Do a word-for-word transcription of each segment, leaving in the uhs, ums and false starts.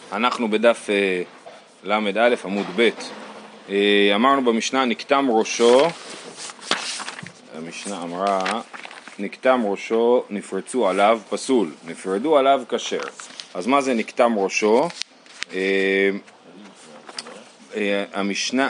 אנחנו בדף למד א' עמוד ב'. אמרנו במשנה נקטם ראשו, המשנה אמרה נקטם ראשו נפרצו עליו פסול, נפרדו עליו כשר. אז מה זה נקטם ראשו? המשנה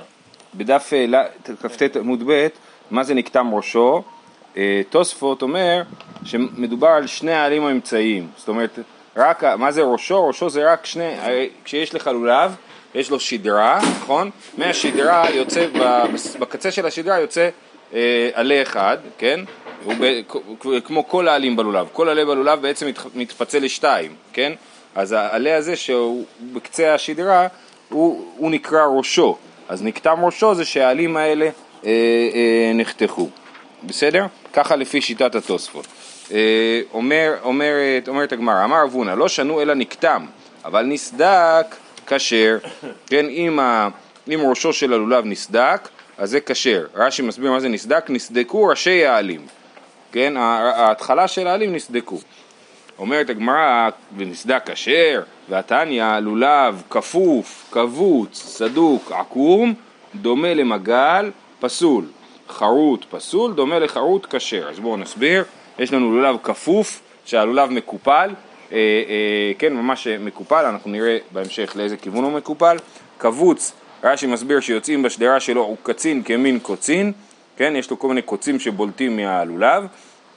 בדף כ"ט עמוד ב', מה זה נקטם ראשו? תוספות אומר שמדובר על שני העלים האמצעיים, זאת אומרת רק, מה זה ראשו? ראשו זה רק שני, כשיש לך לולב, יש לו שדרה, נכון? מהשדרה יוצא, בקצה של השדרה יוצא אה, עלה אחד, כן? הוא ב, כמו כל העלים בלולב, כל עלה בלולב בעצם מת, מתפצל לשתיים, כן? אז העלה הזה שהוא בקצה השדרה, הוא, הוא נקרא ראשו, אז נקטם ראשו זה שהעלים האלה אה, אה, נחתכו, בסדר? ככה לפי שיטת התוספות. אומר, אומרת, אומרת הגמרא, אמר אבונה, לא שנו אלא נקטם, אבל נסדק כשר. כן, אם, ה, אם ראשו של הלולב נסדק, אז זה כשר. רש"י מסביר מה זה נסדק, נסדקו ראשי העלים. כן, ההתחלה של העלים נסדקו. אומרת הגמרא, ונסדק כשר, והתניא, לולב כפוף, כבוץ, סדוק, עקום, דומה למגל, פסול. חרוט פסול, דומה לחרוט כשר. אז בואו נסביר. יש לנו לולב כפוף, שהלולב מקופל, אה, אה, כן, ממש מקופל, אנחנו נראה בהמשך לאיזה כיוון הוא מקופל. כבוץ, רש"י מסביר שיוצאים בשדרה שלו, הוא קצין כמין קוצין, כן, יש לו כל מיני קוצים שבולטים מהלולב.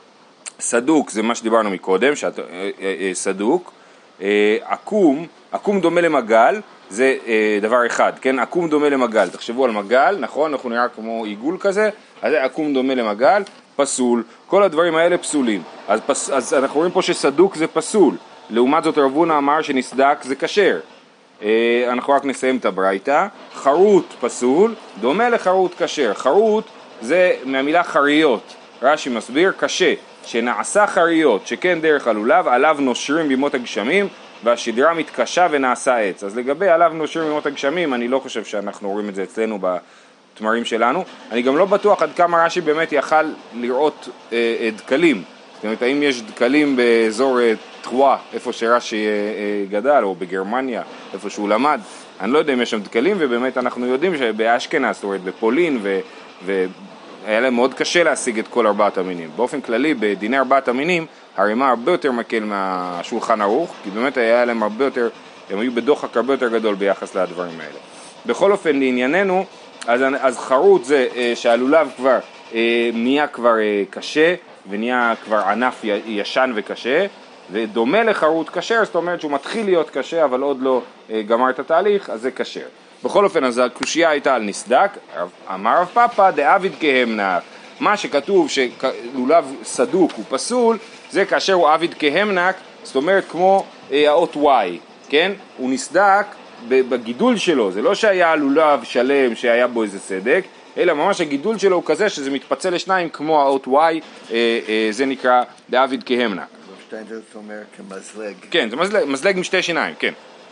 סדוק, זה מה שדיברנו מקודם, שאת, אה, אה, סדוק. אה, עקום, עקום דומה למגל, זה אה, דבר אחד, כן, עקום דומה למגל, תחשבו על מגל, נכון, אנחנו נראה כמו עיגול כזה, אז זה עקום דומה למגל, פסול, כל הדברים האלה פסולים. אז, פס, אז אנחנו רואים פה שסדוק זה פסול, לעומת זאת רב הונא אמר שנסדק זה כשר. אה, אנחנו רק נסיים את הברייתא. חרוט פסול, דומה לחרוט כשר. חרוט זה מהמילה חריות, רש"י מסביר, קשה, שנעשה חריות, שכן דרך הלולב, עליו נושרים בימות הגשמים, והשדרה מתקשה ונעשה עץ. אז לגבי עליו נושרים בימות הגשמים, אני לא חושב שאנחנו רואים את זה אצלנו בתמרים שלנו. אני גם לא בטוח עד כמה רש"י באמת יכל לראות אה, אה, דקלים. זאת אומרת, האם יש דקלים באזור אה, טרואה, איפה שרש"י אה, אה, גדל, או בגרמניה, איפה שהוא למד. אני לא יודע אם יש שם דקלים, ובאמת אנחנו יודעים שבאשכנז, זאת אומרת, בפולין, ו, והיה להם מאוד קשה להשיג את כל ארבעת המינים. באופן כללי, בדיני ארבעת המינים, הרימה הרבה יותר מקל מהשולחן ערוך, כי באמת היה להם הרבה יותר, הם היו בדוחק הרבה יותר גדול ביחס לדברים האלה. בכל אופן, לענייננו, אז, אז חרוט זה שהלולב כבר נהיה כבר קשה, ונהיה כבר ענף ישן וקשה, ודומה לחרוט כשר, זאת אומרת שהוא מתחיל להיות קשה, אבל עוד לא גמר את התהליך, אז זה כשר. בכל אופן, אז הקושייה הייתה על נסדק, אמר רב פאפא דעביד כהמנק, מה שכתוב שלולב סדוק הוא פסול, זה כאשר הוא עביד כהמנק, זאת אומרת כמו האות Y, כן? הוא נסדק בגידול שלו, זה לא שהיה לולב שלם שהיה בו איזה סדק, אלא ממש הגידול שלו הוא כזה שזה מתפצל לשניים כמו האות Y, אה, אה, זה נקרא דעביד כהמנק. שתיים זה אומר כמזלג. כן, זה מזלג, מזלג עם שתי שיניים, כן.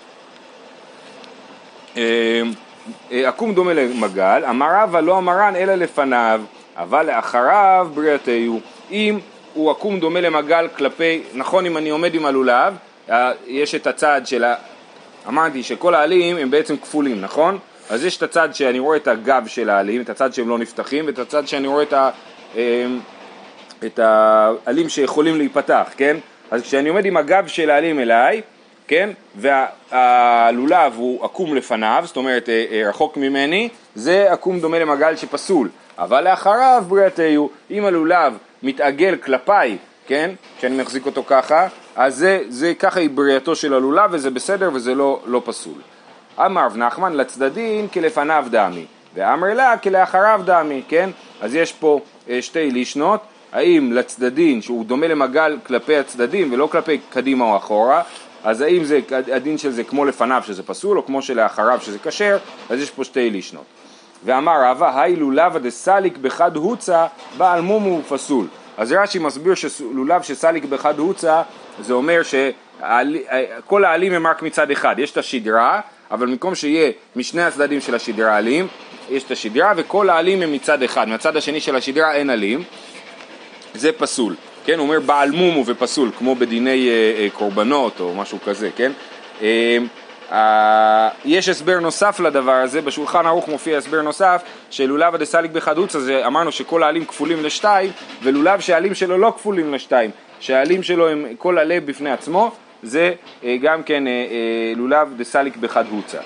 עקום דומה למגל, אמרה ולא אמרן אלא לפניו, אבל לאחריו בריאתיו. אם הוא עקום דומה למגל כלפי, נכון, אם אני עומד עם הלולב, יש את הצד של, אמרתי שכל העלים הם בעצם כפולים, נכון? אז יש את הצד שאני רואה את הגב של העלים, את הצד שהם לא נפתחים, ואת הצד שאני רואה את, ה, את העלים שיכולים להיפתח, כן? אז כשאני עומד עם הגב של העלים אליי, כן? והלולב הוא עקום לפניו, זאת אומרת רחוק ממני, זה עקום דומה למגל שפסול. אבל לאחריו בריאתיו, אם הלולב מתעגל כלפיי, כן? כשאני מחזיק אותו ככה, אז זה, זה ככה היא בריאתו של הלולב, וזה בסדר וזה לא, לא פסול. אמר רב נחמן לצדדין כלפניו דמי, ואמר לה כלאחריו דמי, כן? אז יש פה שתי לישנות, האם לצדדין שהוא דומה למגל כלפי הצדדים ולא כלפי קדימה או אחורה, אז האם זה, הדין של זה כמו לפניו שזה פסול, או כמו שלאחריו שזה כשר, אז יש פה שתי לישנות. ואמר רבא, היי לולב דסליק בחד הוצא, בעל מומו פסול. אז רש"י מסביר שלולב שסליק בחד הוצא, זה אומר שכל העלים הם רק מצד אחד. יש את השדרה, אבל במקום שיהיה משני הצדדים של השדרה עלים, יש את השדרה, וכל העלים הם מצד אחד. מהצד השני של השדרה אין עלים, זה פסול. כן, הוא אומר בעל מומו ופסול, כמו בדיני אה, אה, קורבנות או משהו כזה, כן? אה, יש הסבר נוסף לדבר הזה, בשולחן ערוך מופיע הסבר נוסף שלולב דסליק בחדוצה, זה אמרנו שכל העלים כפולים לשתיים, ולולב שהעלים שלו לא כפולים לשתיים, שהעלים שלו הם כל עלה בפני עצמו, זה גם כן לולב דסליק בחדוצה.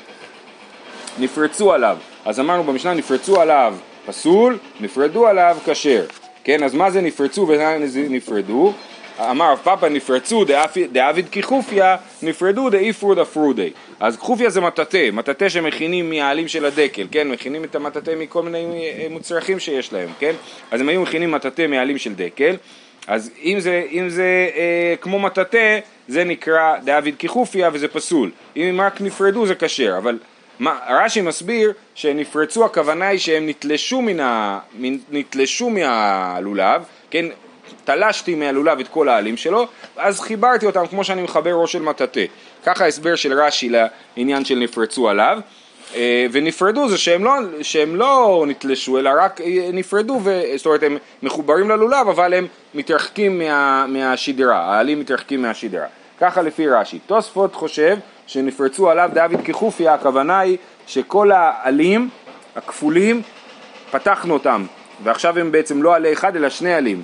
נפרצו עליו, אז אמרנו במשנה נפרצו עליו פסול, נפרדו עליו כשר. כן, אז מה זה נפרצו ומה זה נפרדו? אמר רב פאפא נפרצו דאביד כחופיה, נפרדו דאיפרוד אפרודי. אז כחופיה זה מטאטא, מטאטא שמכינים מהעלים של הדקל, כן, מכינים את המטאטא מכל מיני מוצרכים שיש להם, כן? אז הם היו מכינים מטאטא מהעלים של דקל, אז אם זה, אם זה אה, כמו מטאטא, זה נקרא דאביד כחופיה וזה פסול. אם הם רק נפרדו זה כשר, אבל מה, רש"י מסביר שנפרצו הכוונה היא שהם נתלשו מן ה, נתלשו מהלולב, כן? תלשתי מהלולב את כל העלים שלו, אז חיברתי אותם כמו שאני מחבר ראש של מטאטא. ככה ההסבר של רש"י לעניין של נפרצו עליו, ונפרדו זה שהם לא, שהם לא נתלשו, אלא רק נפרדו, ו... זאת אומרת הם מחוברים ללולב, אבל הם מתרחקים מה, מהשדרה, העלים מתרחקים מהשדרה. ככה לפי רש"י. תוספות חושב שנפרצו עליו דאביד כחופיה, הכוונה היא שכל העלים הכפולים פתחנו אותם, ועכשיו הם בעצם לא עלי אחד אלא שני עלים.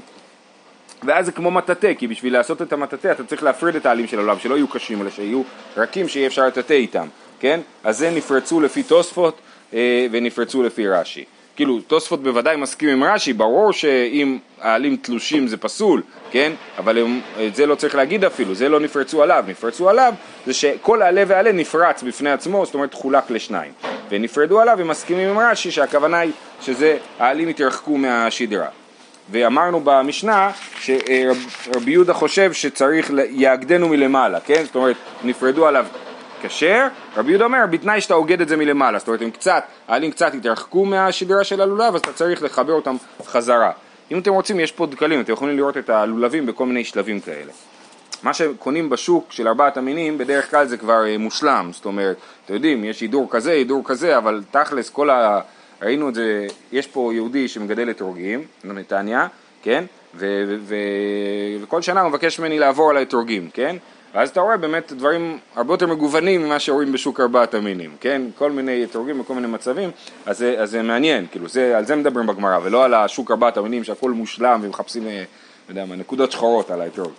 ואז זה כמו מטאטא, כי בשביל לעשות את המטאטא אתה צריך להפריד את העלים של העולם, שלא יהיו קשים, אלא שיהיו רכים שיהיה אפשר לטאטא איתם, כן? אז זה נפרצו לפי תוספות אה, ונפרצו לפי רש"י. כאילו, תוספות בוודאי מסכים עם רש"י, ברור שאם העלים תלושים זה פסול, כן? אבל הם, את זה לא צריך להגיד אפילו, זה לא נפרצו עליו. נפרצו עליו זה שכל העלה והעלה נפרץ בפני עצמו, זאת אומרת חולק לשניים. ונפרדו עליו ומסכימים עם רש"י שהכוונה היא שזה העלים יתרחקו מהשדרה. ואמרנו במשנה שרבי יהודה חושב שצריך יאגדנו מלמעלה, כן? זאת אומרת, נפרדו עליו כשר, רבי יהודה אומר, בתנאי שאתה אוגד את זה מלמעלה, זאת אומרת, אם קצת, העלים קצת יתרחקו מהשדרה של הלולב, אז אתה צריך לחבר אותם חזרה. אם אתם רוצים, יש פה דקלים, אתם יכולים לראות את הלולבים בכל מיני שלבים כאלה. מה שקונים בשוק של ארבעת המינים, בדרך כלל זה כבר מושלם, זאת אומרת, אתם יודעים, יש הידור כזה, הידור כזה, אבל תכלס כל ה... ראינו את זה, יש פה יהודי שמגדל אתרוגים, נתניה, כן? ו- ו- ו- וכל שנה הוא מבקש ממני לעבור על האתרוגים, כן? ואז אתה רואה באמת דברים הרבה יותר מגוונים ממה שרואים בשוק ארבעת המינים, כן? כל מיני אתרוגים וכל מיני מצבים, אז זה, אז זה מעניין, כאילו, זה, על זה מדברים בגמרא, ולא על השוק ארבעת המינים שהכל מושלם ומחפשים, לא יודע מה, נקודות שחורות על האתרוג.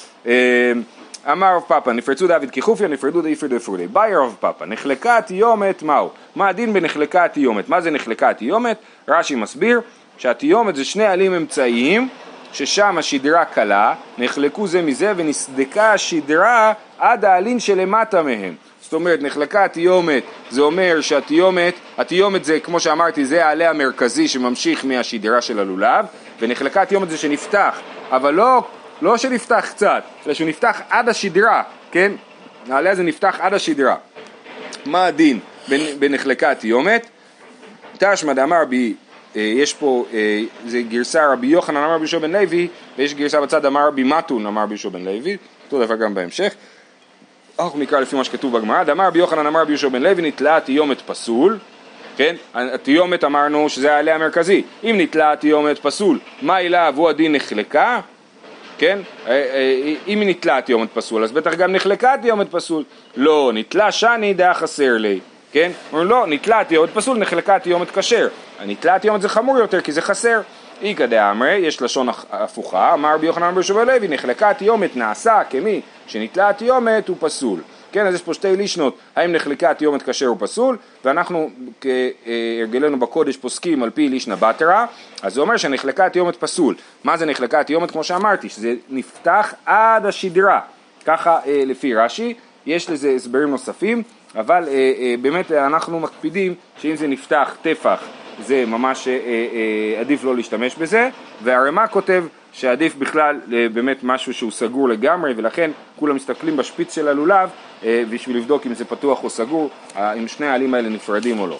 אמר רב פאפא, נפרצו דאביד כחופיה, נפרדו דאיפרדו אפרודי. ביי רב פאפא, נחלקה התיומת, מהו? מה הדין בנחלקה התיומת? מה זה נחלקה התיומת? רש"י מסביר שהתיומת זה שני עלים אמצעיים, ששם השדרה קלה, נחלקו זה מזה ונסדקה השדרה עד העלים שלמטה מהם. זאת אומרת, נחלקה התיומת, זה אומר שהתיומת, התיומת זה, כמו שאמרתי, זה העלה המרכזי שממשיך מהשדרה של הלולב, ונחלקה התיומת זה שנפתח, אבל לא... לא שנפתח קצת, אלא שהוא נפתח עד השדרה, כן? העלה הזה נפתח עד השדרה. מה הדין בנחלקה התיומת? תשמע דאמר בי, יש פה, זה גרסה רבי יוחנן אמר בישוע בן לוי, ויש גרסה בצד אמר בי מתון אמר בישוע בן לוי, אותו דבר גם בהמשך. אנחנו נקרא לפי מה שכתוב בגמרא, דאמר בי יוחנן אמר בישוע בן לוי, נתלה התיומת פסול, כן? התיומת אמרנו שזה העלה המרכזי. אם נתלה התיומת פסול, מה אליו הוא הדין נחלקה? כן? אם היא נתלה תיומת פסול, אז בטח גם נחלקה תיומת פסול. לא, נתלה שני דעה חסר לי. כן? אומרים לא, נתלה תיומת פסול, נחלקה תיומת כשר. נתלה תיומת זה חמור יותר כי זה חסר. איקא דאמרי, יש לשון הפוכה, אמר רבי יוחנן בר ישוע בן לוי, נחלקה תיומת נעשה כמי שנתלה תיומת הוא פסול. כן, אז יש פה שתי לישנות, האם נחלקה תיומת כשר הוא פסול, ואנחנו כהרגלנו בקודש פוסקים על פי לישנה בתרא, אז זה אומר שנחלקה תיומת פסול. מה זה נחלקה תיומת? כמו שאמרתי, שזה נפתח עד השדרה, ככה לפי רש"י, יש לזה הסברים נוספים, אבל באמת אנחנו מקפידים שאם זה נפתח טפח, זה ממש עדיף לא להשתמש בזה, והרמ"א כותב שעדיף בכלל באמת משהו שהוא סגור לגמרי, ולכן כולם מסתכלים בשפיץ של הלולב בשביל לבדוק אם זה פתוח או סגור, אם שני העלים האלה נפרדים או לא.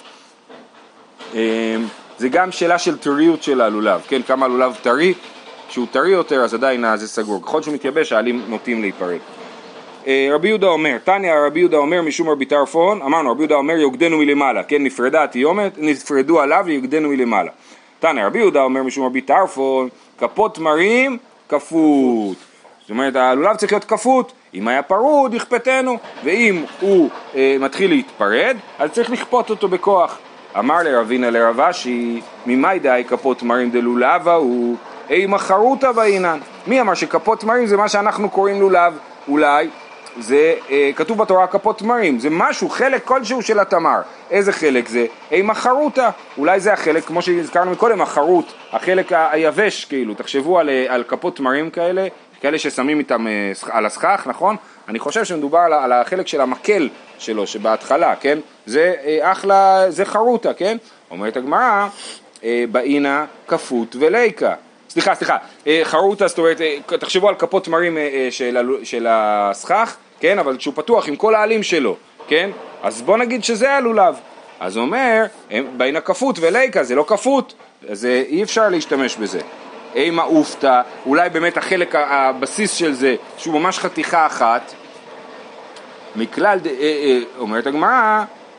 זה גם שאלה של טריות של הלולב, כן, כמה הלולב טרי, כשהוא טרי יותר אז עדיין זה סגור, ככל שהוא מתייבש העלים נוטים להיפרד. רבי יהודה אומר, תניא רבי יהודה אומר משום רבי טרפון, אמרנו רבי יהודה אומר יוגדנו מלמעלה, כן, נפרדה התיומת, נפרדו עליו ויוגדנו מלמעלה. תניא רבי יהודה אומר משום רבי טרפון, כפות תמרים כפות. זאת אומרת, הלולב צריך להיות כפות, אם היה פרוד, יכפתנו, ואם הוא אה, מתחיל להתפרד, אז צריך לכפות אותו בכוח. אמר לרבינה לרב אשי, ממאי דאי כפות תמרים דלולבה הוא, אימה חרוטה בעינן. מי אמר שכפות תמרים זה מה שאנחנו קוראים לולב? אולי זה אה, כתוב בתורה כפות תמרים, זה משהו, חלק כלשהו של התמר. איזה חלק זה? אימה חרוטה. אולי זה החלק, כמו שהזכרנו מקודם, החרוט, החלק ה- היבש כאילו. תחשבו על, על כפות תמרים כאלה, כאלה ששמים איתם אה, על הסכך, נכון? אני חושב שמדובר על, על החלק של המקל שלו, שבהתחלה, כן? זה אה, אחלה, זה חרוטה, כן? אומרת הגמרא, אה, בעינה כפות וליקה. סליחה, סליחה, חרוטה, זאת אומרת, תחשבו על כפות תמרים של, של הסכך, כן, אבל שהוא פתוח עם כל העלים שלו, כן, אז בוא נגיד שזה הלולב. אז הוא אומר, בין הכפות וליקה, זה לא כפות, אז אי אפשר להשתמש בזה. אימה אופתא, אולי באמת החלק, הבסיס של זה, שהוא ממש חתיכה אחת, מכלל, אומרת הגמרא,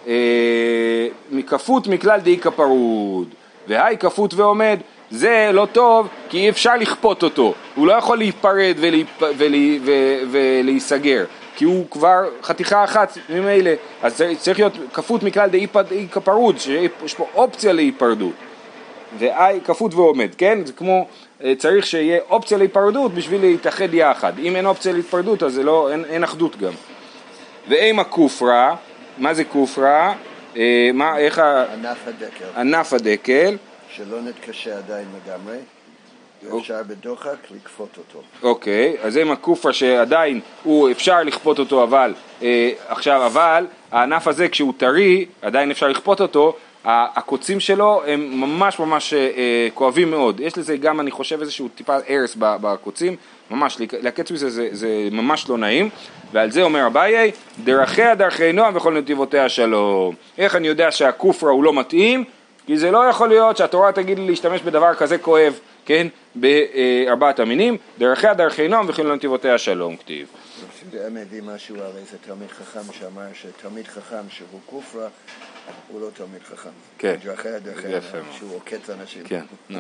מכפות מכלל דאיקה פרוד, והי כפות ועומד, זה לא טוב, כי אי אפשר לכפות אותו, הוא לא יכול להיפרד ולהיפ... ולה... ו... ולהיסגר, כי הוא כבר חתיכה אחת ממילא, אז צריך להיות כפות מכלל דאיקה פרוד, שיש פה אופציה להיפרדות, ואי כפות ועומד, כן? זה כמו, צריך שיהיה אופציה להיפרדות בשביל להתאחד יחד, אם אין אופציה להיפרדות אז זה לא, אין, אין אחדות גם. ואימה כופרה, מה זה כופרה? אה, מה, איך ה... ענף הדקל. ענף הדקל. שלא נתקשה עדיין לגמרי, ואפשר בדוחק לכפות אותו. אוקיי, אז זה עם הכופרה שעדיין הוא אפשר לכפות אותו, אבל אה, עכשיו, אבל הענף הזה כשהוא טרי, עדיין אפשר לכפות אותו, הקוצים שלו הם ממש ממש אה, כואבים מאוד. יש לזה גם, אני חושב, איזשהו טיפה ארס בקוצים, ממש, להקץ מזה זה, זה ממש לא נעים, ועל זה אומר אביי, דרכיה דרכי נועם וכל נתיבותיה שלום. איך אני יודע שהכופרה הוא לא מתאים? כי זה לא יכול להיות שהתורה תגיד לי להשתמש בדבר כזה כואב, כן, בארבעת המינים, דרכיה דרכי נועם וכל נתיבותיה שלום, כתיב. זה מביא משהו על איזה תלמיד חכם שאמר שתלמיד חכם שהוא כופרה, הוא לא תלמיד חכם. כן. דרכיה דרכי נועם, שהוא עוקץ אנשים. כן, נו.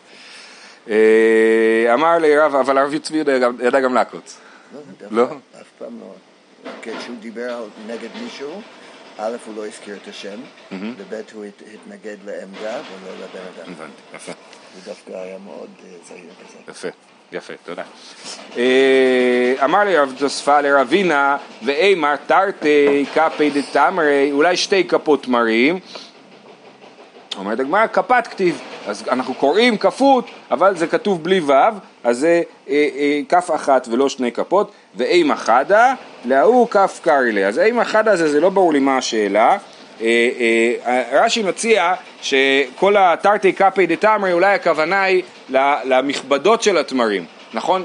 אמר לי רב, אבל הרב צבי ידע גם לעקוץ. לא? אף פעם לא. כשהוא דיבר נגד מישהו, א' הוא לא הזכיר את השם, וב' הוא התנגד לעמדה ולא לבן אדם. הבנתי, יפה. הוא דווקא היה מאוד זהיר כזה. יפה, יפה, תודה. אמר לי רב תוספה לרבינה, ואימר תרתי כפי דתמרי, אולי שתי כפות תמרים, אומרת הגמרא, כפת כתיב, אז אנחנו קוראים כפות, אבל זה כתוב בלי וו, אז זה אה, אה, כף אחת ולא שני כפות, ואימה חדה, להוא כף קרילה, אז אימה חדה זה, זה לא ברור לי מה השאלה, אה, אה, רש"י מציע שכל התרתי כפי דתמרי, אולי הכוונה היא למכבדות של התמרים, נכון?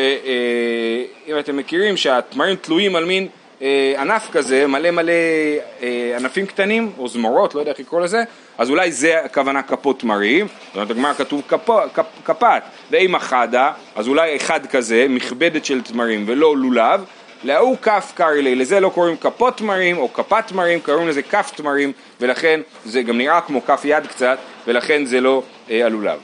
כשאם אתם מכירים שהתמרים תלויים על מין אה, ענף כזה, מלא מלא אה, ענפים קטנים, או זמורות, לא יודע איך לקרוא לזה, אז אולי זה הכוונה כפות תמרים, זאת אומרת, הגמרא כתוב כפו, כפ, כפת, ואימה חדה, אז אולי אחד כזה, מכבדת של תמרים ולא לולב, להוא כף קרילי, לזה לא קוראים כפות תמרים או כפת תמרים, קוראים לזה כף תמרים, ולכן זה גם נראה כמו כף יד קצת, ולכן זה לא אה, הלולב.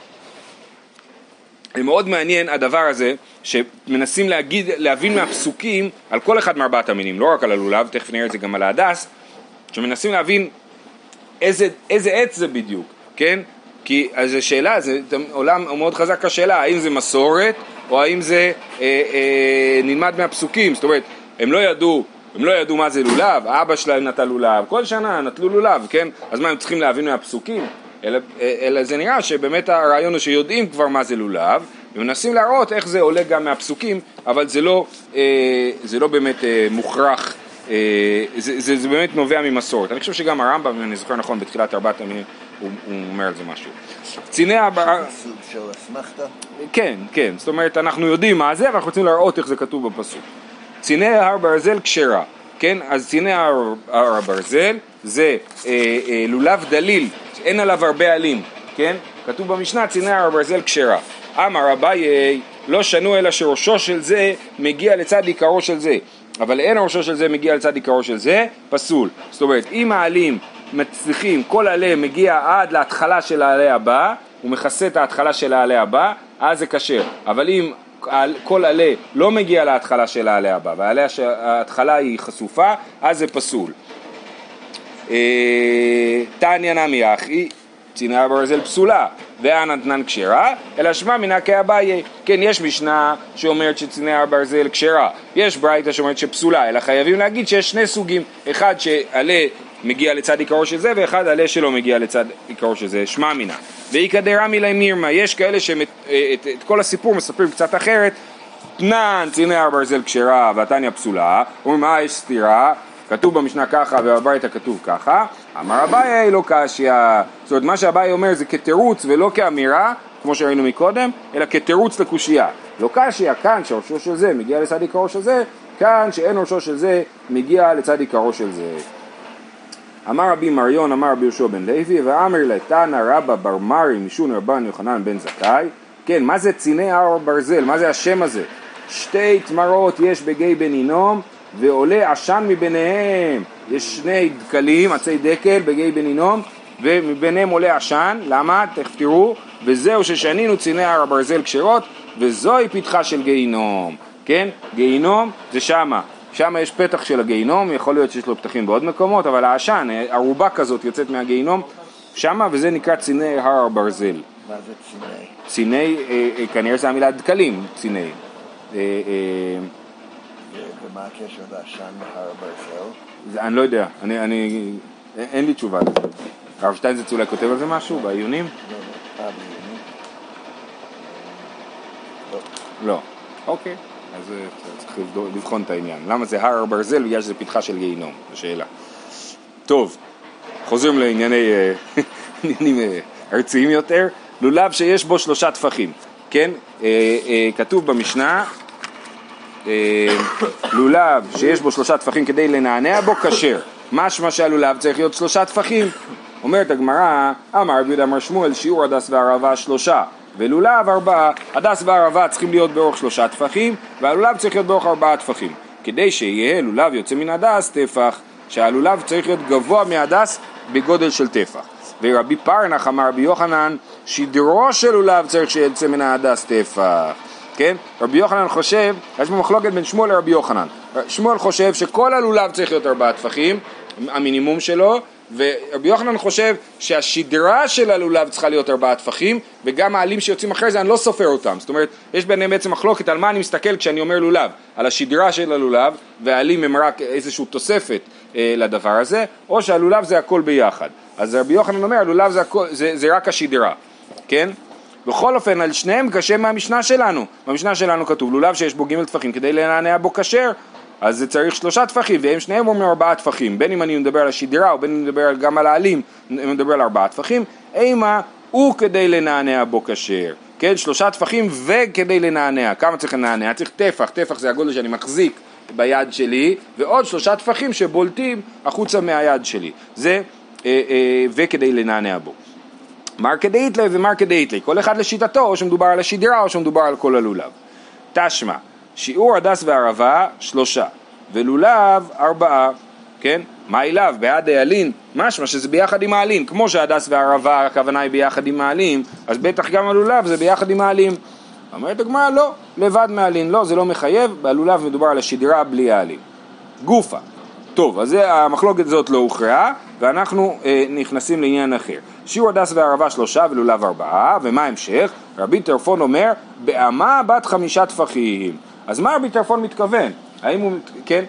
זה מאוד מעניין הדבר הזה, שמנסים להגיד, להבין מהפסוקים על כל אחד מארבעת המינים, לא רק על הלולב, תכף נראה את זה גם על ההדס, שמנסים להבין איזה, איזה עץ זה בדיוק, כן? כי אז השאלה, זה עולם מאוד חזק השאלה, האם זה מסורת, או האם זה אה, אה, נלמד מהפסוקים, זאת אומרת, הם לא ידעו, הם לא ידעו מה זה לולב, האבא שלהם נטל לולב, כל שנה נטלו לולב, כן? אז מה הם צריכים להבין מהפסוקים? אלא, אלא זה נראה שבאמת הרעיון הוא שיודעים כבר מה זה לולב, ומנסים להראות איך זה עולה גם מהפסוקים, אבל זה לא, אה, זה לא באמת אה, מוכרח, אה, זה, זה, זה באמת נובע ממסורת. אני חושב שגם הרמב"ם, אם אני זוכר נכון, בתחילת ארבעת המינים, הוא, הוא אומר על זה משהו. קציני הבא... סוג של אסמכתה? כן, כן, זאת אומרת, אנחנו יודעים מה זה, ואנחנו רוצים להראות איך זה כתוב בפסוק. קציני הר ברזל כשרה, כן? אז קציני הר, הר ברזל זה אה, אה, לולב דליל, אין עליו הרבה עלים, כן? כתוב במשנה, קציני הר ברזל כשרה. אמר אביי, לא שנו אלא שראשו של זה מגיע לצד עיקרו של זה, אבל אין ראשו של זה מגיע לצד עיקרו של זה, פסול. זאת אומרת, אם העלים מצליחים, כל עלה מגיע עד להתחלה של העלה הבא, הוא מכסה את ההתחלה של העלה הבא, אז זה כשר. אבל אם כל עלה לא מגיע להתחלה של העלה הבא, והעלה שההתחלה היא חשופה, אז זה פסול. תניא נמי אחי, ציני הר ברזל פסולה, ואנא נתנן כשרה, אלא שמע מינא כאביי. כן, יש משנה שאומרת שציני הר ברזל כשרה, יש ברייתא שאומרת שפסולה, אלא חייבים להגיד שיש שני סוגים, אחד שעלה מגיע לצד עיקרו של זה, ואחד עלה שלא מגיע לצד עיקרו של זה, שמע מינא. ואיכא דרמי ליה מירמא, יש כאלה שאת את, את כל הסיפור מספרים קצת אחרת, תנן ציני הר ברזל כשרה והתניא פסולה, אומרים מה יש סתירה, כתוב במשנה ככה ובברייתא כתוב ככה, אמר אביי לא קשיא. זאת אומרת, מה שאביי אומר זה כתירוץ ולא כאמירה, כמו שראינו מקודם, אלא כתירוץ לקושיה. לא קשיא, כאן שראשו של זה מגיע לצד עיקרו של זה, כאן שאין ראשו של זה מגיע לצד עיקרו של זה. אמר רבי מריון, אמר רבי יהושע בן לוי, ואמר לתנא רבא בר מרי משון רבן יוחנן בן זכאי. כן, מה זה ציני הר ברזל? מה זה השם הזה? שתי תמרות יש בגיא בן הינום, ועולה עשן מביניהם. יש שני דקלים, עצי דקל בגיא בן הינום, ומביניהם עולה עשן. למה? תכף תראו. וזהו ששנינו ציני הר ברזל כשרות, וזוהי פתחה של גיהינום. כן? גיהינום זה שמה. שם יש פתח של הגיהינום, יכול להיות שיש לו פתחים בעוד מקומות, אבל העשן, ערובה כזאת יוצאת מהגיהינום שמה, וזה נקרא ציני הר ברזל. מה זה ציני? ציני, אה, אה, כנראה זה המילה דקלים, ציני. אה, אה, ומה הקשר לעשן בהר ברזל? זה, אני לא יודע, אני, אני, אין לי תשובה לזה. הרב שטיינזלץ אולי כותב על זה משהו, בעיונים? לא, לא, אה, בעיונים? לא. לא, אוקיי. אז צריך לבחון את העניין. למה זה הר ברזל? בגלל שזה פתחה של גיהינום, זו שאלה. טוב, חוזרים לענייני עניינים ארציים יותר. לולב שיש בו שלושה טפחים, כן? אה, אה, כתוב במשנה, אה, לולב שיש בו שלושה טפחים כדי לנענע בו כשר. משמע שהלולב צריך להיות שלושה טפחים. אומרת הגמרא, אמר רבי יהודה אמר שמואל, שיעור הדס והערבה שלושה. ולולב ארבעה, הדס והערבה צריכים להיות באורך שלושה טפחים, והלולב צריך להיות באורך ארבעה טפחים. כדי שיהיה לולב יוצא מן הדס טפח, שהלולב צריך להיות גבוה מהדס בגודל של טפח. ורבי פרנח אמר רבי יוחנן, שדרו של לולב צריך שיוצא מן הדס טפח. כן? רבי יוחנן חושב, יש במחלוקת בין שמואל לרבי יוחנן. שמואל חושב שכל הלולב צריך להיות ארבעה טפחים, המינימום שלו, ורבי יוחנן חושב שהשדרה של הלולב צריכה להיות ארבעה טפחים, וגם העלים שיוצאים אחרי זה אני לא סופר אותם. זאת אומרת, יש ביניהם בעצם מחלוקת על מה אני מסתכל כשאני אומר לולב, על השדרה של הלולב, והעלים הם רק איזושהי תוספת אה, לדבר הזה, או שהלולב זה הכל ביחד. אז רבי יוחנן אומר, הלולב זה, הכל, זה, זה רק השדרה, כן? בכל אופן, על שניהם קשה מהמשנה שלנו. במשנה שלנו כתוב, לולב שיש בו ג' טפחים כדי לנענע בו כשר, אז זה צריך שלושה טפחים, והם שניהם אומרים ארבעה טפחים. בין אם אני מדבר על השדרה, או בין אם אני מדבר גם על העלים, אני מדבר על ארבעה טפחים, אימה הוא כדי לנענע בו כשר. כן, שלושה טפחים וכדי לנענע. כמה צריך לנענע? צריך טפח, טפח זה הגודל שאני מחזיק ביד שלי, ועוד שלושה טפחים שבולטים החוצה מהיד שלי. זה אה, אה, וכדי לנענע בו. מר כדאית לי ומר כדאית לי. כל אחד לשיטתו, או שמדובר על השדרה, או שמדובר על כל הלולב. תשמע. שיעור הדס והערבה שלושה, ולולב ארבעה, כן? מה אליו? בעד העלין, משמע שזה ביחד עם העלין, כמו שהדס והערבה הכוונה היא ביחד עם העלים, אז בטח גם הלולב זה ביחד עם העלים. אומרת הגמרא, לא, לבד מהעלין, לא, זה לא מחייב, בלולב מדובר על השדרה בלי העלין. גופה. טוב, אז המחלוקת הזאת לא הוכרעה, ואנחנו אה, נכנסים לעניין אחר. שיעור הדס והערבה שלושה ולולב ארבעה, ומה המשך? רבי טרפון אומר, באמה בת חמישה טפחים. אז מה רבי טרפון מתכוון? האם הוא, כן?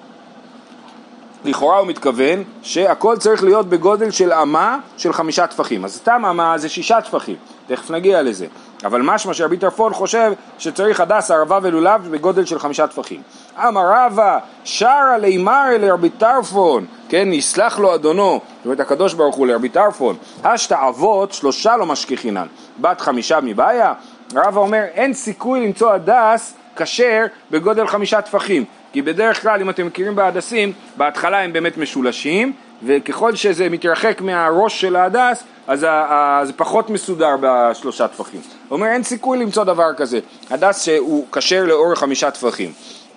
לכאורה הוא מתכוון שהכל צריך להיות בגודל של אמה של חמישה טפחים. אז סתם אמה זה שישה טפחים, תכף נגיע לזה. אבל משמע שרבי טרפון חושב שצריך הדס, ערבה ולולב בגודל של חמישה טפחים. אמר רבא, שרה לימר לרבי טרפון, כן, יסלח לו אדונו, זאת אומרת הקדוש ברוך הוא לרבי טרפון, השתה אבות שלושה לא משכחינן, בת חמישה מבעיה. רבא אומר, אין סיכוי למצוא הדס כשר בגודל חמישה טפחים, כי בדרך כלל אם אתם מכירים בהדסים, בהתחלה הם באמת משולשים, וככל שזה מתרחק מהראש של ההדס, אז זה פחות מסודר בשלושה טפחים. הוא אומר, אין סיכוי למצוא דבר כזה, הדס שהוא כשר לאורך חמישה טפחים.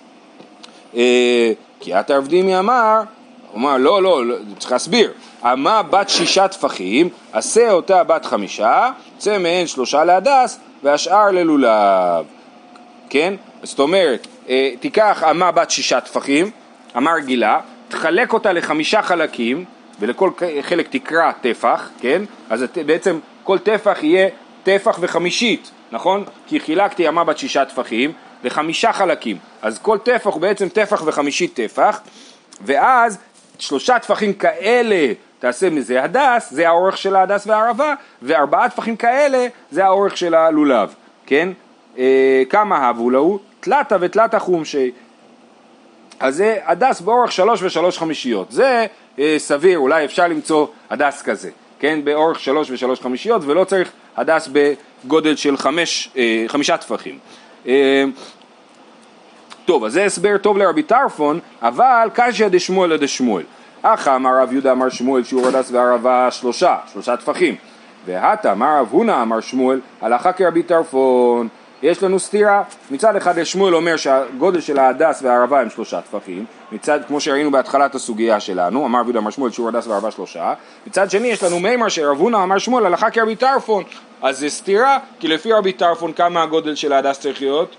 כי את הרבדימי אמר, הוא אמר, לא, לא, צריך להסביר, אמה בת שישה טפחים, עשה אותה בת חמישה, צא מהן שלושה להדס, והשאר ללולב. כן? זאת אומרת, תיקח אמה בת שישה טפחים, אמה רגילה, תחלק אותה לחמישה חלקים, ולכל חלק תקרא טפח, כן? אז בעצם כל טפח יהיה טפח וחמישית, נכון? כי חילקתי אמה בת שישה טפחים לחמישה חלקים, אז כל טפח הוא בעצם טפח וחמישית טפח, ואז שלושה טפחים כאלה תעשה מזה הדס, זה האורך של ההדס והערבה, וארבעה טפחים כאלה זה האורך של הלולב, כן? אה, כמה הבו לו? תלתה ותלתה חומשי. אז זה הדס באורך שלוש ושלוש חמישיות. זה אה, סביר, אולי אפשר למצוא הדס כזה, כן? באורך שלוש ושלוש חמישיות, ולא צריך הדס בגודל של חמש, אה, חמישה טפחים. אה, טוב, אז זה הסבר טוב לרבי טרפון, אבל קשיא דשמואל לדשמואל. אחא אמר רב יהודה אמר שמואל שיעור הדס והערבה שלושה, שלושה טפחים. והתה אמר רב הונא אמר שמואל הלכה כרבי טרפון. יש לנו סתירה, מצד אחד שמואל אומר שהגודל של ההדס והערבה הם שלושה טפחים, מצד, כמו שראינו בהתחלת הסוגיה שלנו, אמר רב יהודה אמר שמואל שיעור הדס והערבה שלושה, מצד שני יש לנו מימר שרב הונא אמר שמואל הלכה כרבי טרפון, אז זה סתירה, כי לפי רבי טרפון כמה הגודל של ההדס צריך להיות?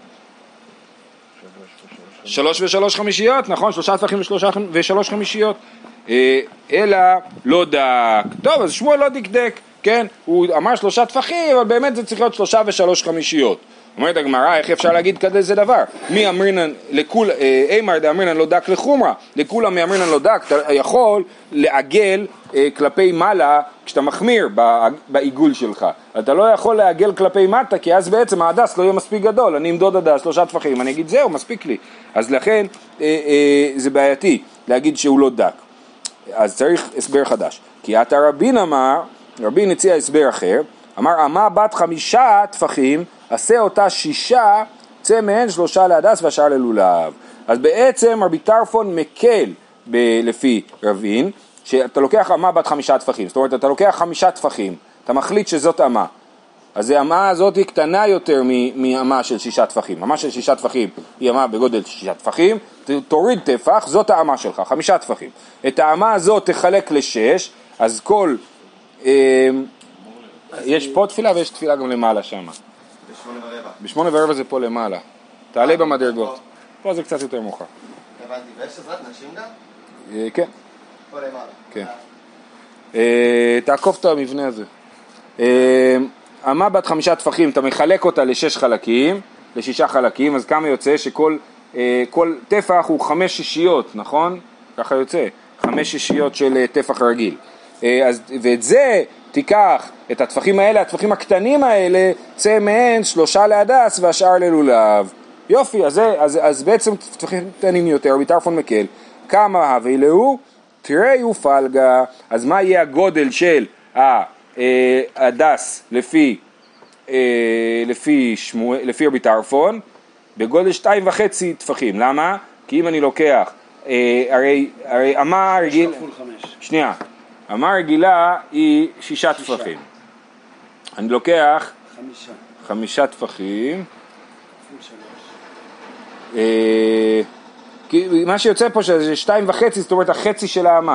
שלוש ושלוש חמישיות, נכון? שלושה טפחים ושלוש חמישיות, אלא לא דק. טוב, אז שמואל לא דקדק, כן? הוא אמר שלושה טפחים, אבל באמת זה צריך להיות שלושה ושלוש חמישיות. אומרת הגמרא, איך אפשר להגיד כזה זה דבר? מי אמרינן, לכול, אימר דה אמרינן לא דק לחומרה, לכולם אמרינן לא דק, אתה יכול לעגל כלפי מעלה כשאתה מחמיר בעיגול שלך. אתה לא יכול לעגל כלפי מטה, כי אז בעצם ההדס לא יהיה מספיק גדול. אני אמדוד הדס שלושה טפחים, אני אגיד זהו, מספיק לי. אז לכן זה בעייתי להגיד שהוא לא דק. אז צריך הסבר חדש. כי אתה רבין אמר, רבין הציע הסבר אחר, אמר אמה בת חמישה טפחים, עשה אותה שישה, צא מהן שלושה להדס והשאר ללולב. אז בעצם רבי טרפון מקל ב- לפי רבין, שאתה לוקח אמה בת חמישה טפחים, זאת אומרת אתה לוקח חמישה טפחים, אתה מחליט שזאת אמה. אז האמה הזאת היא קטנה יותר מאמה של שישה טפחים. אמה של שישה טפחים היא אמה בגודל שישה טפחים, תוריד טפח, זאת האמה שלך, חמישה טפחים. את האמה הזאת תחלק לשש, אז כל... אה, יש פה תפילה ויש תפילה גם למעלה שם. בשמונה ורבע. בשמונה ורבע זה פה למעלה. תעלה במדרגות. פה זה קצת יותר מאוחר. הבנתי, ויש עזרת נשים גם? כן. פה למעלה. כן. תעקוף את המבנה הזה. אמה בת חמישה טפחים, אתה מחלק אותה לשש חלקים, לשישה חלקים, אז כמה יוצא שכל כל טפח הוא חמש שישיות, נכון? ככה יוצא, חמש שישיות של טפח רגיל. אז, ואת זה תיקח, את הטפחים האלה, הטפחים הקטנים האלה, צא מהן שלושה להדס והשאר ללולב. יופי, אז, אז, אז בעצם טפחים קטנים יותר, ביטרפון מקל. כמה הווי לו? תראי ופלגה. אז מה יהיה הגודל של ההדס לפי, לפי, שמו, לפי רבי טרפון? בגודל שתיים וחצי טפחים. למה? כי אם אני לוקח, הרי, הרי אמה רגיל... שנייה. אמה רגילה היא שישה טפחים. אני לוקח חמישה, חמישה טפחים. מה שיוצא פה שזה שתיים וחצי, זאת אומרת החצי של האמה.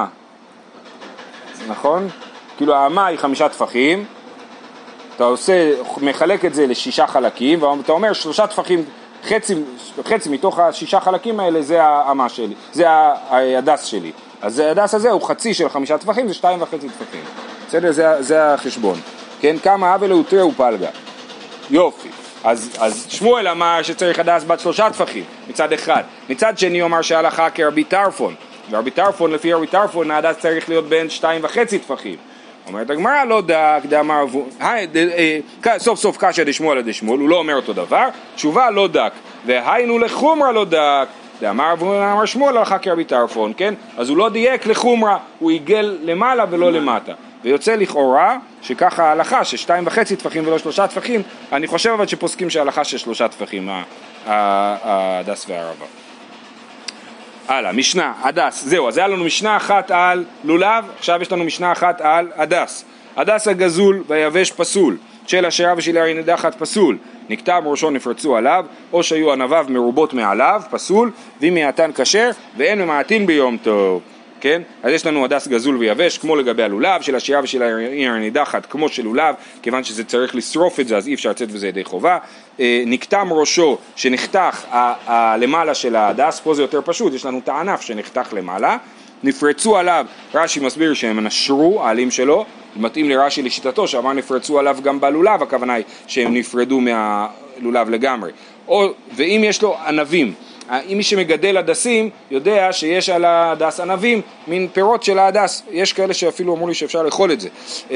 נכון? כאילו האמה היא חמישה טפחים, אתה עושה, מחלק את זה לשישה חלקים, ואתה אומר שלושה טפחים, חצי, חצי מתוך השישה חלקים האלה זה האמה שלי, זה ההדס שלי. אז ההדס הזה הוא חצי של חמישה טפחים, זה שתיים וחצי טפחים. בסדר? זה, זה החשבון. כן? כמה הווה לו תראה ופלגה. יופי. אז, אז שמואל אמר שצריך הדס בת שלושה טפחים, מצד אחד. מצד שני הוא אמר שהלכה כרבי טרפון. ורבי טרפון, לפי רבי טרפון, ההדס צריך להיות בין שתיים וחצי טפחים. אומרת הגמרא, לא דק, דאמר, סוף סוף קשיא דשמואל דשמואל, הוא לא אומר אותו דבר, תשובה לא דק. והיינו לחומרה לא דק. דאמר אמר שמואל הלכה כרבי טרפון, כן? אז הוא לא דייק לחומרה, הוא עיגל למעלה ולא למטה. ויוצא לכאורה שככה ההלכה ששתיים וחצי טפחים ולא שלושה טפחים, אני חושב אבל שפוסקים שההלכה ששלושה טפחים, ההדס והערבה. הלאה, משנה, הדס, זהו, אז היה לנו משנה אחת על לולב, עכשיו יש לנו משנה אחת על הדס. הדס הגזול והיבש פסול, של השירה ושל הרי נדחת פסול, נקטע בראשו נפרצו עליו, או שהיו ענביו מרובות מעליו, פסול, ואם יעתן כשר, ואין ממעטין ביום טוב. כן? אז יש לנו הדס גזול ויבש, כמו לגבי הלולב, של השירה ושל העיר הנידחת, כמו של לולב, כיוון שזה צריך לשרוף את זה, אז אי אפשר לצאת וזה ידי חובה. נקטם ראשו שנחתך למעלה של ההדס, פה זה יותר פשוט, יש לנו את הענף שנחתך למעלה, נפרצו עליו, רש"י מסביר שהם נשרו, העלים שלו, מתאים לרש"י לשיטתו, שאמר נפרצו עליו גם בלולב, הכוונה היא שהם נפרדו מהלולב לגמרי. או, ואם יש לו ענבים, אם מי שמגדל הדסים יודע שיש על הדס ענבים, מין פירות של ההדס, יש כאלה שאפילו אמרו לי שאפשר לאכול את זה.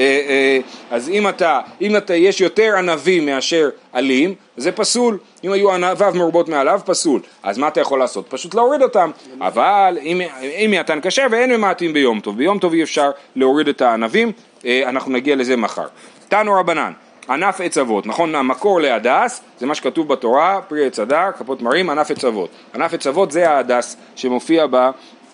אז אם אתה, אם אתה, יש יותר ענבים מאשר עלים, זה פסול. אם היו ענביו מרובות מעליו, פסול. אז מה אתה יכול לעשות? פשוט להוריד אותם. אבל אם, אם יתן כשר ואין ממעטים ביום טוב, ביום טוב אי אפשר להוריד את הענבים, אנחנו נגיע לזה מחר. תנו רבנן, ענף עץ אבות, נכון? המקור להדס, זה מה שכתוב בתורה, פרי עץ הדר, כפות מרים, ענף עץ אבות. ענף עץ אבות זה ההדס שמופיע ב,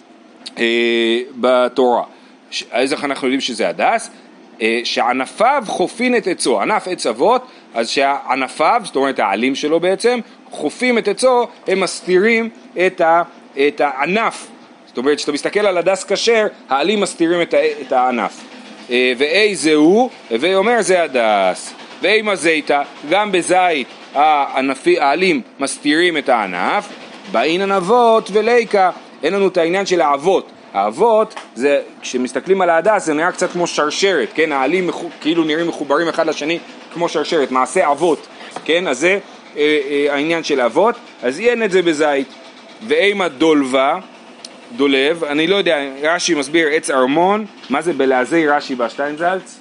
אה, בתורה. אז איך אנחנו יודעים שזה הדס? אה, שענפיו חופין את עצו, ענף עץ אבות, אז שענפיו, זאת אומרת העלים שלו בעצם, חופים את עצו, הם מסתירים את, ה, את הענף. זאת אומרת, כשאתה מסתכל על הדס כשר, העלים מסתירים את, ה, את הענף. ואי זהו, ואומר זה הדס. ואי מזיתה, גם בזית הענפי, העלים מסתירים את הענף, באין ענבות וליקה, אין לנו את העניין של האבות. האבות, זה, כשמסתכלים על ההדס, זה נראה קצת כמו שרשרת, כן? העלים כאילו נראים מחוברים אחד לשני כמו שרשרת, מעשה אבות, כן? אז זה אה, אה, העניין של האבות, אז אין את זה בזית. ואי מדולבה, דולב, אני לא יודע, רש"י מסביר עץ ארמון, מה זה בלעזי רש"י בשטיינזלץ?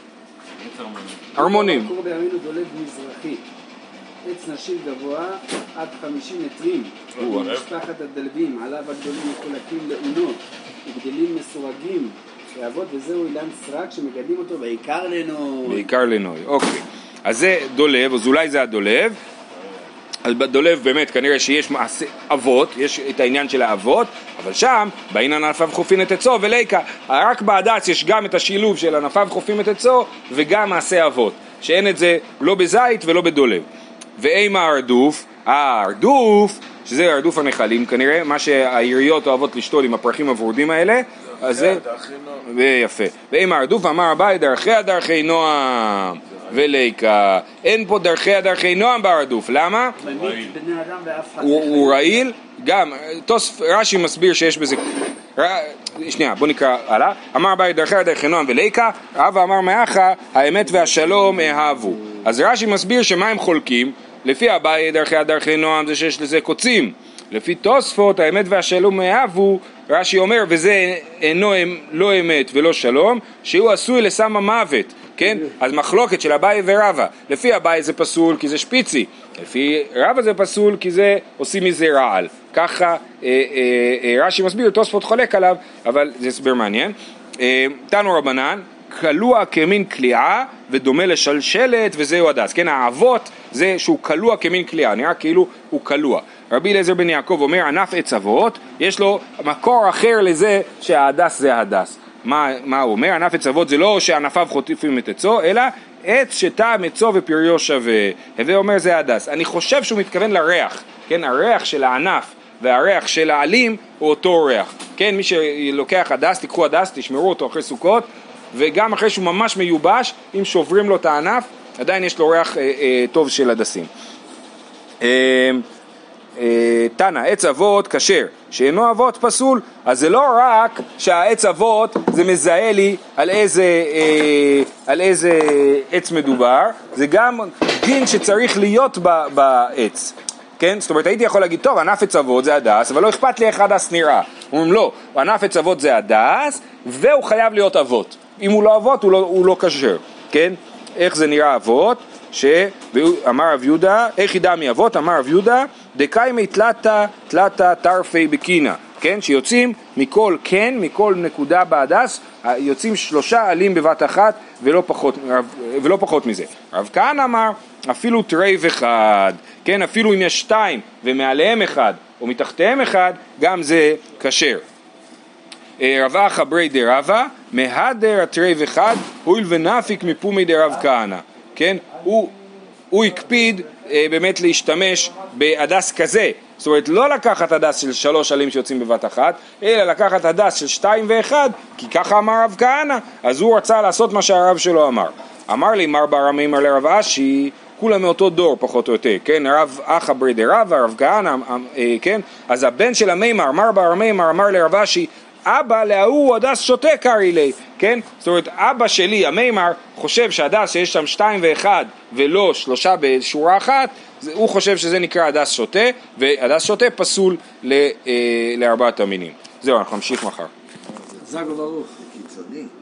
ארמונים. מקור בימינו דולב מזרחי, עץ נשיל גבוה עד חמישים מטרים, משפחת הדלבים, עליו הגדולים מחולקים לאונות, וגדלים מסורגים, ואבות וזהו אילן סרק שמגדלים אותו בעיקר לנוי. בעיקר לנוי, אוקיי. אז זה דולב, אז אולי זה הדולב, אז בדולב באמת כנראה שיש מעשה אבות, יש את העניין של האבות, אבל שם באין ענפיו חופין את עצו וליקה, רק בהדס יש גם את השילוב של ענפיו חופין את עצו וגם מעשה אבות, שאין את זה לא בזית ולא בדולב. ואימה הרדוף, הרדוף, שזה הרדוף הנחלים כנראה, מה שהעיריות אוהבות לשתול עם הפרחים הוורדים האלה, אז זה יפה. ואימה הרדוף אמר אביי דרכי דרכי נועם וליקה, אין פה דרכי דרכי נועם ברדוף, למה? הוא רעיל, גם, רש"י מסביר שיש בזה, שנייה בוא נקרא הלאה, אמר אביי דרכי דרכי נועם וליקה, אבא אמר מאחה האמת והשלום אהבו. אז רש"י מסביר שמה הם חולקים, לפי אביי דרכי דרכי נועם זה שיש לזה קוצים, לפי תוספות האמת והשלום אהבו, רש"י אומר וזה אינו לא אמת ולא שלום, שהוא עשוי לסם המוות, כן? אז מחלוקת של אביי ורבא, לפי אביי זה פסול כי זה שפיצי, לפי רבא זה פסול כי זה עושים מזה רעל, ככה אה, אה, אה, רש"י מסביר, תוספות חולק עליו, אבל זה הסבר מעניין. אה, תנו רבנן, קלוע כמין קליעה ודומה לשלשלת וזהו הדס, כן? האבות זה שהוא קלוע כמין קליעה, נראה כאילו הוא קלוע. רבי אליעזר בן יעקב אומר ענף עץ אבות, יש לו מקור אחר לזה שההדס זה ההדס. מה, מה הוא אומר? ענף עץ אבות זה לא שענפיו חוטפים את עצו, אלא עץ שטעם עצו ופריו שווה. הווה אומר זה ההדס. אני חושב שהוא מתכוון לריח, כן? הריח של הענף והריח של העלים הוא אותו ריח, כן? מי שלוקח הדס, תיקחו הדס, תשמרו אותו אחרי סוכות, וגם אחרי שהוא ממש מיובש, אם שוברים לו את הענף, עדיין יש לו ריח אה, אה, טוב של הדסים. אה, אה, תנא, עץ אבות כשר, שאינו אבות פסול, אז זה לא רק שהעץ אבות זה מזהה לי על איזה, אה, על איזה עץ מדובר, זה גם דין שצריך להיות ב, בעץ. כן? זאת אומרת, הייתי יכול להגיד, טוב, ענף עץ אבות זה הדס, אבל לא אכפת לי איך הדס נראה. אומרים, לא, ענף עץ אבות זה הדס, והוא חייב להיות אבות. אם הוא לא אבות, הוא לא, הוא לא כשר, כן? איך זה נראה אבות? שאמר רב יהודה, איך ידע מי אבות? אמר רב יהודה, דקיימי תלתה, תלתה תרפי בקינה, כן? שיוצאים מכל כן, מכל נקודה בהדס, יוצאים שלושה עלים בבת אחת, ולא פחות, ולא פחות מזה. רב כהנא אמר, אפילו טרייב אחד, כן? אפילו אם יש שתיים, ומעליהם אחד, או מתחתיהם אחד, גם זה כשר. רב אחא ברי דרבא, מהדר הטרייב אחד, הואיל ונפיק מפומי דרב כהנא, כן? הוא, הוא הקפיד אה, באמת להשתמש בהדס כזה, זאת אומרת לא לקחת הדס של שלוש עלים שיוצאים בבת אחת, אלא לקחת הדס של שתיים ואחד, כי ככה אמר רב כהנא, אז הוא רצה לעשות מה שהרב שלו אמר. אמר לי מר בר מימר לרב אשי, כולם מאותו דור פחות או יותר, כן, רב אחא ברי דרבא, רב כהנא, כן, אז הבן של המימר, מר בר מימר אמר לרב אשי, אבא להוא הדס שותה קרי לי, כן? זאת אומרת, אבא שלי, המימר, חושב שהדס שיש שם שתיים ואחד ולא שלושה בשורה אחת, הוא חושב שזה נקרא הדס שותה, והדס שותה פסול ל, אה, לארבעת המינים. זהו, אנחנו נמשיך מחר. זגו ברוך. קיצוני.